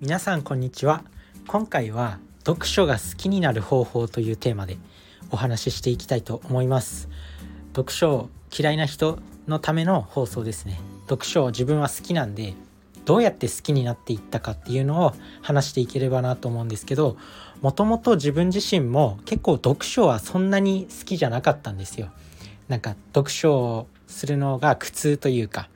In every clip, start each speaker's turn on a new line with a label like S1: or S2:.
S1: 皆さんこんにちは。今回は読書が好きになる方法というテーマでお話ししていきたいと思います。読書嫌いな人のための放送ですね。読書自分は好きなんで、どうやって好きになっていったかっていうのを話していければなと思うんですけど、もともと自分自身も結構読書はそんなに好きじゃなかったんですよ。読書をするのが苦痛というか、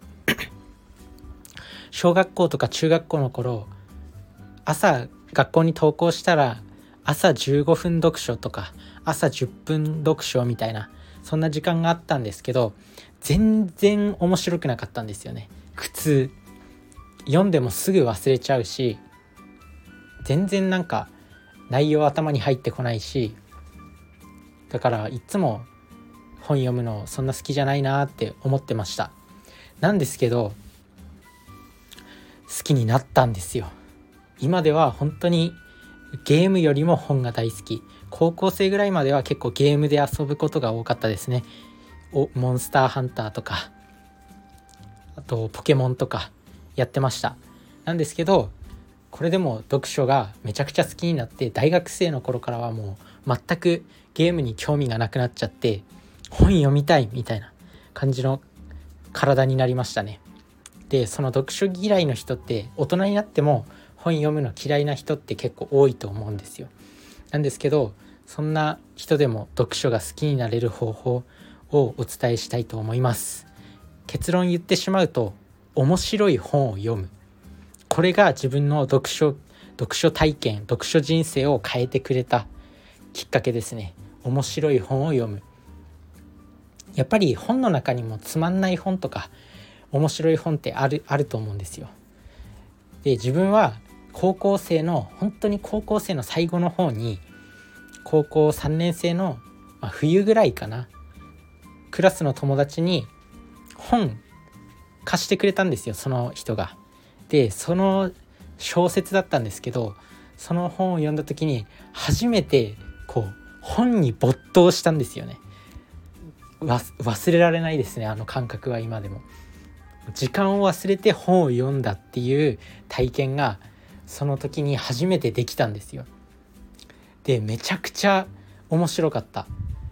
S1: 小学校とか中学校の頃、朝学校に登校したら朝15分読書とか朝10分読書みたいな、そんな時間があったんですけど、全然面白くなかったんですよね。苦痛、読んでもすぐ忘れちゃうし、全然内容頭に入ってこないし、だからいつも本読むのそんな好きじゃないなって思ってました。なんですけど好きになったんですよ。今では本当にゲームよりも本が大好き。高校生ぐらいまでは結構ゲームで遊ぶことが多かったですね。モンスターハンターとか、あとポケモンとかやってました。なんですけど、これでも読書がめちゃくちゃ好きになって、大学生の頃からはもう全くゲームに興味がなくなっちゃって、本読みたいみたいな感じの体になりましたね。で、その読書嫌いの人って大人になっても本読むの嫌いな人って結構多いと思うんですよ。なんですけど、そんな人でも読書が好きになれる方法をお伝えしたいと思います。結論言ってしまうと、面白い本を読む。これが自分の読書体験、読書人生を変えてくれたきっかけですね。面白い本を読む。やっぱり本の中にもつまんない本とか面白い本ってあると思うんですよ。で、自分は本当に高校生の最後の方に、高校3年生の、冬ぐらいかな、クラスの友達に本貸してくれたんですよ、その人が。で、その小説だったんですけど、その本を読んだ時に初めて本に没頭したんですよね。忘れられないですね、あの感覚は今でも。時間を忘れて本を読んだっていう体験がその時に初めてできたんですよ。で、めちゃくちゃ面白かった。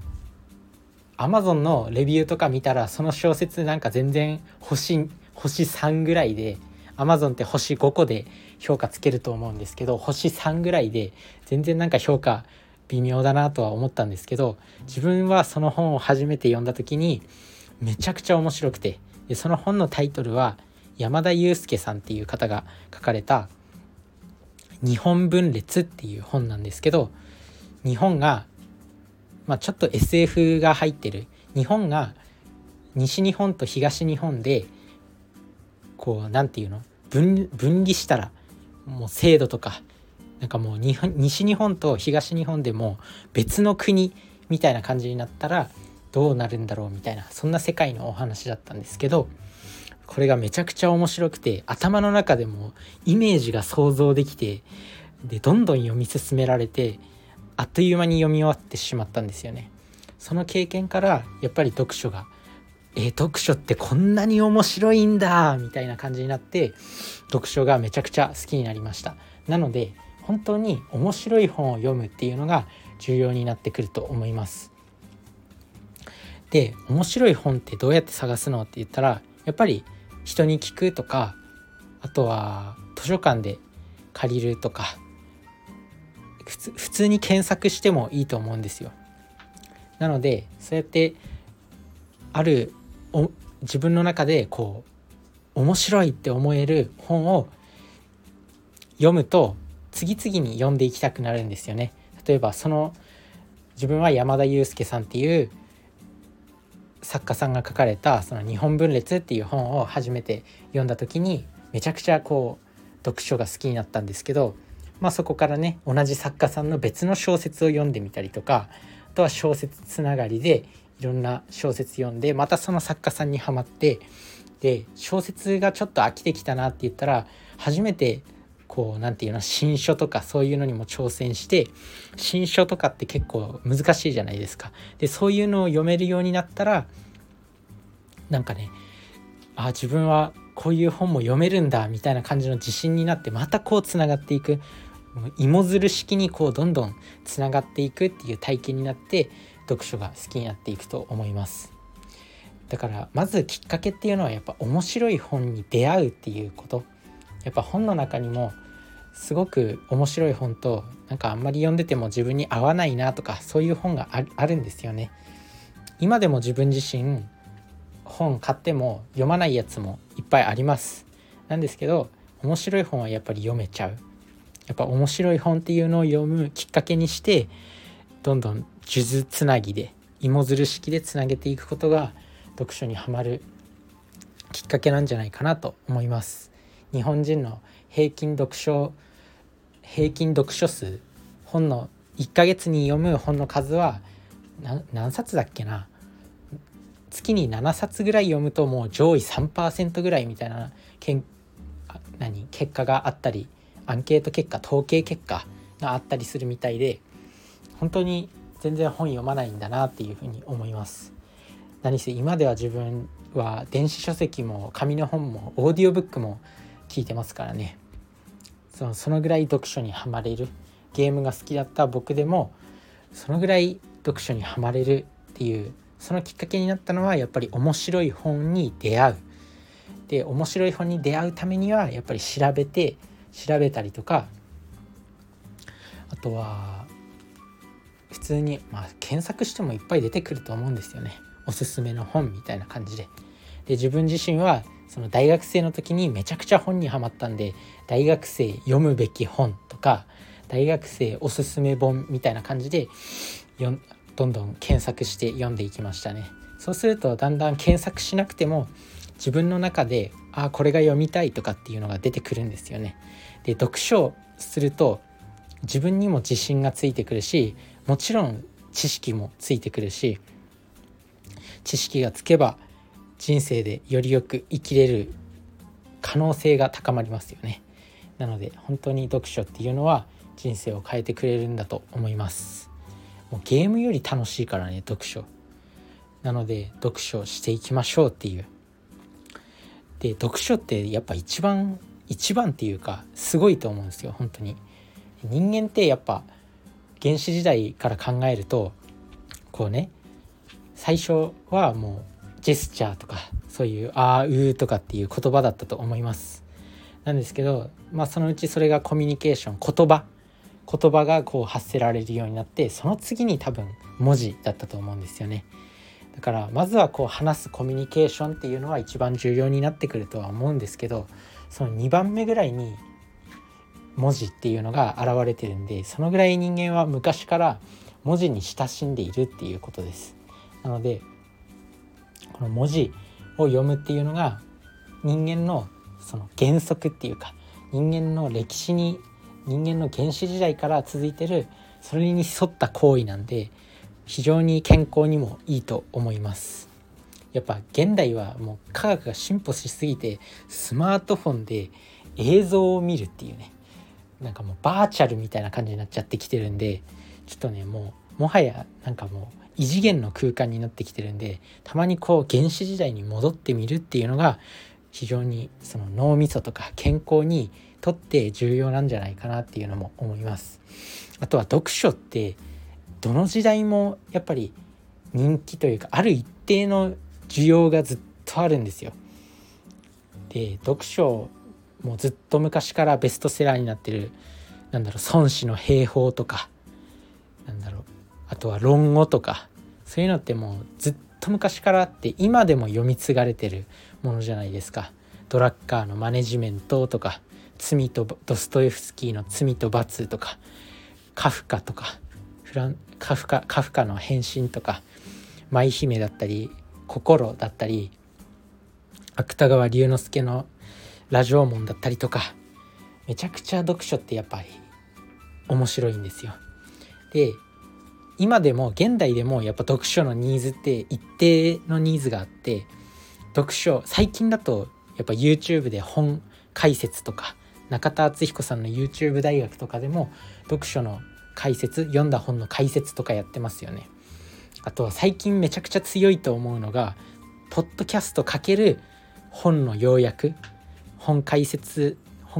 S1: Amazon のレビューとか見たら、その小説全然星3ぐらいで、 Amazon って星5個で評価つけると思うんですけど、星3ぐらいで全然評価微妙だなとは思ったんですけど、自分はその本を初めて読んだ時にめちゃくちゃ面白くて、でその本のタイトルは山田裕介さんっていう方が書かれた日本分裂っていう本なんですけど、日本が、ちょっと SF が入ってる、日本が西日本と東日本で分離したら、もう制度とかもう西日本と東日本でも別の国みたいな感じになったらどうなるんだろうみたいな、そんな世界のお話だったんですけど、これがめちゃくちゃ面白くて、頭の中でもイメージが想像できて、でどんどん読み進められて、あっという間に読み終わってしまったんですよね。その経験からやっぱり読書ってこんなに面白いんだみたいな感じになって、読書がめちゃくちゃ好きになりました。なので本当に面白い本を読むっていうのが重要になってくると思います。で、面白い本ってどうやって探すのって言ったら、やっぱり人に聞くとか、あとは図書館で借りるとか、普通に検索してもいいと思うんですよ。なのでそうやって自分の中で面白いって思える本を読むと、次々に読んでいきたくなるんですよね。例えば自分は山田裕介さんっていう作家さんが書かれたその日本分裂っていう本を初めて読んだ時に、めちゃくちゃ読書が好きになったんですけど、そこからね、同じ作家さんの別の小説を読んでみたりとか、あとは小説つながりでいろんな小説読んで、またその作家さんにはまって、で小説がちょっと飽きてきたなって言ったら、初めて新書とかそういうのにも挑戦して、新書とかって結構難しいじゃないですか。でそういうのを読めるようになったら、自分はこういう本も読めるんだみたいな感じの自信になって、またこうつながっていく、芋づる式にこうどんどんつながっていくっていう体験になって、読書が好きになっていくと思います。だからまずきっかけっていうのはやっぱ面白い本に出会うっていうこと。やっぱ本の中にもすごく面白い本と、なんかあんまり読んでても自分に合わないなとか、そういう本があるんですよね。今でも自分自身本買っても読まないやつもいっぱいあります。なんですけど、面白い本はやっぱり読めちゃう。やっぱ面白い本っていうのを読むきっかけにして、どんどん数珠つなぎで、芋づる式でつなげていくことが読書にはまるきっかけなんじゃないかなと思います。日本人の平均読書数、本の1ヶ月に読む本の数は何冊だっけな、月に7冊ぐらい読むともう上位 3% ぐらいみたいな結果があったり、アンケート結果、統計結果があったりするみたいで、本当に全然本読まないんだなっていうふうに思います。何せ今では自分は電子書籍も紙の本もオーディオブックも聞いてますからね。そのぐらい読書にはまれる。ゲームが好きだった僕でもそのぐらい読書にはまれるっていう、そのきっかけになったのはやっぱり面白い本に出会う。で、面白い本に出会うためにはやっぱり調べたりとか、あとは普通に検索してもいっぱい出てくると思うんですよね。おすすめの本みたいな感じで。で、自分自身はその大学生の時にめちゃくちゃ本にはまったんで、大学生読むべき本とか大学生おすすめ本みたいな感じでどんどん検索して読んでいきましたね。そうするとだんだん検索しなくても自分の中でこれが読みたいとかっていうのが出てくるんですよね。で、読書すると自分にも自信がついてくるし、もちろん知識もついてくるし、知識がつけば人生でよりよく生きれる可能性が高まりますよね。なので本当に読書っていうのは人生を変えてくれるんだと思います。もうゲームより楽しいからね、読書。なので読書していきましょうっていう。で、読書ってやっぱ一番っていうかすごいと思うんですよ。本当に人間ってやっぱ原始時代から考えるとこうね、最初はもうジェスチャーとかそういうとかっていう言葉だったと思います。なんですけど、そのうちそれがコミュニケーション、言葉がこう発せられるようになって、その次に多分文字だったと思うんですよね。だからまずはこう話すコミュニケーションっていうのは一番重要になってくるとは思うんですけど、その2番目ぐらいに文字っていうのが現れてるんで、そのぐらい人間は昔から文字に親しんでいるっていうことです。なのでこの文字を読むっていうのが人間のその原則っていうか、人間の歴史に、人間の原始時代から続いてるそれに沿った行為なんで、非常に健康にもいいと思います。やっぱ現代はもう科学が進歩しすぎて、スマートフォンで映像を見るっていうね、なんかもうバーチャルみたいな感じになっちゃってきてるんで、ちょっとね、もはやなんかもう異次元の空間になってきてるんで、たまにこう原始時代に戻ってみるっていうのが非常にその脳みそとか健康にとって重要なんじゃないかなっていうのも思います。あとは読書ってどの時代もやっぱり人気というか、ある一定の需要がずっとあるんですよ。で、読書もずっと昔からベストセラーになってる、孫子の兵法とか、あとは論語とか、そういうのってもうずっと昔からあって、今でも読み継がれてるものじゃないですか。ドラッカーのマネジメントとか、ドストエフスキーの罪と罰とか、カフカとかカフカの変身とか、舞姫だったり心だったり、芥川龍之介のラジオ門だったりとか、めちゃくちゃ読書ってやっぱり面白いんですよ。で、今でも現代でもやっぱ読書のニーズって一定のニーズがあって、読書最近だとやっぱ YouTube で本解説とか、中田敦彦さんの YouTube 大学とかでも読書の解説、読んだ本の解説とかやってますよね。あとは最近めちゃくちゃ強いと思うのがポッドキャスト×本の要約、 本解説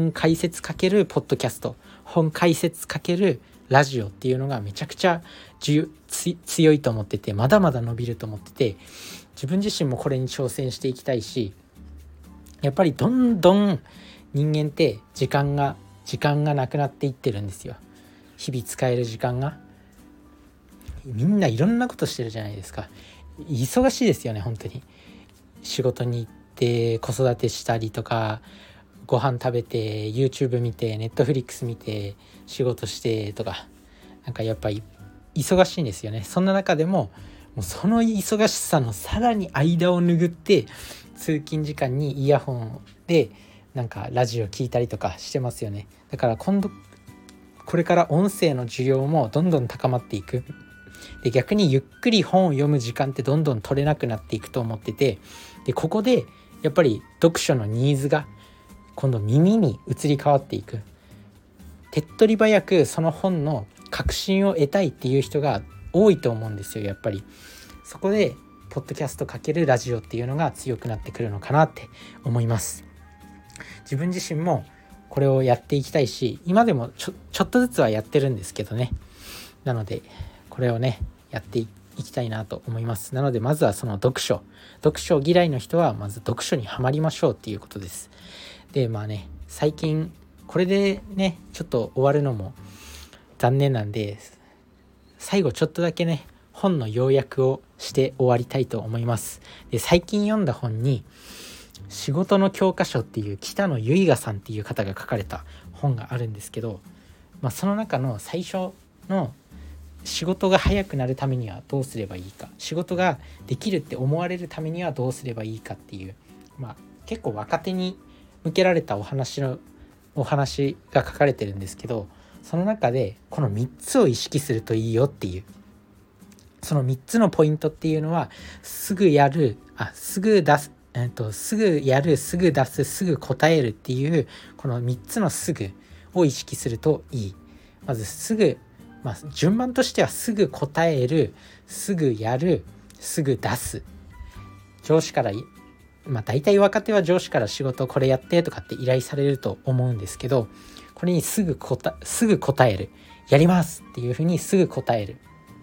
S1: ×ポッドキャスト、本解説×ラジオっていうのがめちゃくちゃ強いと思ってて、まだまだ伸びると思ってて、自分自身もこれに挑戦していきたいし、やっぱりどんどん人間って時間がなくなっていってるんですよ。日々使える時間が、みんないろんなことしてるじゃないですか。忙しいですよね、本当に。仕事に行って子育てしたりとか、ご飯食べて YouTube 見て Netflix 見て仕事してとか、なんかやっぱり忙しいんですよね。そんな中でもその忙しさのさらに間を拭って通勤時間にイヤホンでなんかラジオ聞いたりとかしてますよね。だからこれから音声の需要もどんどん高まっていく。で、逆にゆっくり本を読む時間ってどんどん取れなくなっていくと思ってて、でここでやっぱり読書のニーズが今度耳に移り変わっていく。手っ取り早くその本の確信を得たいっていう人が多いと思うんですよ。やっぱりそこでポッドキャスト×ラジオっていうのが強くなってくるのかなって思います。自分自身もこれをやっていきたいし、今でもちょっとずつはやってるんですけどね。なのでこれをねやっていきたいなと思います。なのでまずはその読書嫌いの人はまず読書にはまりましょうっていうことです。で最近これでねちょっと終わるのも残念なんで、最後ちょっとだけね本の要約をして終わりたいと思います。で、最近読んだ本に仕事の教科書っていう北野由香さんっていう方が書かれた本があるんですけど、その中の最初の仕事が早くなるためにはどうすればいいか、仕事ができるって思われるためにはどうすればいいかっていう、結構若手に向けられたお話が書かれてるんですけど、その中でこの3つを意識するといいよっていう、その3つのポイントっていうのはすぐやる、すぐ出す、すぐやる、すぐ出す、すぐ答えるっていうこの3つのすぐを意識するといい。まずすぐ、順番としてはすぐ答える、すぐやる、すぐ出す。上司から大体若手は上司から仕事これやってとかって依頼されると思うんですけど、これにすぐ答える、やりますっていうふうにすぐ答える。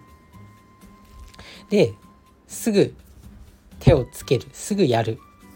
S1: で、すぐ手をつける、すぐやる。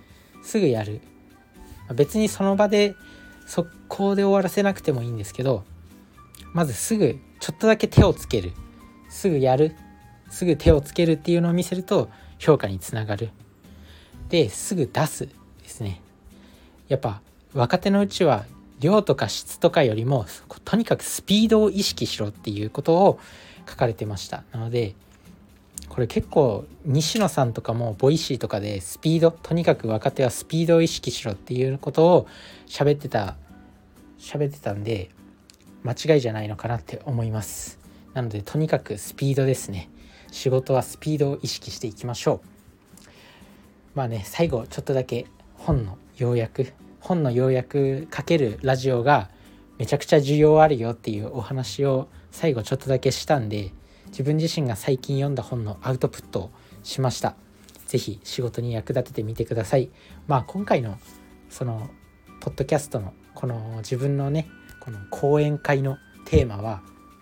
S1: 別にその場で速攻で終わらせなくてもいいんですけど、まずすぐちょっとだけ手をつける、すぐやる、すぐ手をつけるっていうのを見せると評価につながる。で、すぐ出すですね。やっぱ若手のうちは量とか質とかよりもとにかくスピードを意識しろっていうことを書かれてました。なのでこれ結構西野さんとかもボイシーとかでスピード、とにかく若手はスピードを意識しろっていうことを喋ってたんで、間違いじゃないのかなって思います。なのでとにかくスピードですね。仕事はスピードを意識していきましょう。最後ちょっとだけ本の要約かけるラジオがめちゃくちゃ需要あるよっていうお話を最後ちょっとだけしたんで、自分自身が最近読んだ本のアウトプットをしました。ぜひ仕事に役立ててみてください。今回のそのポッドキャストのこの自分のねこの講演会のテーマは、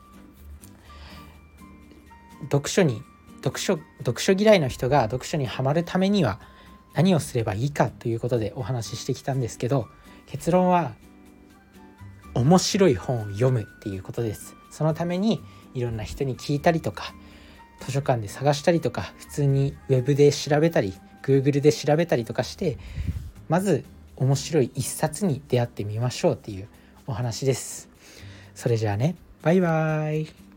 S1: 読書嫌いの人が読書にはまるためには何をすればいいかということでお話ししてきたんですけど、結論は面白い本を読むっていうことです。そのためにいろんな人に聞いたりとか、図書館で探したりとか、普通にウェブで調べたり Google で調べたりとかして、まず面白い一冊に出会ってみましょうっていうお話です。それじゃあね、バイバイ。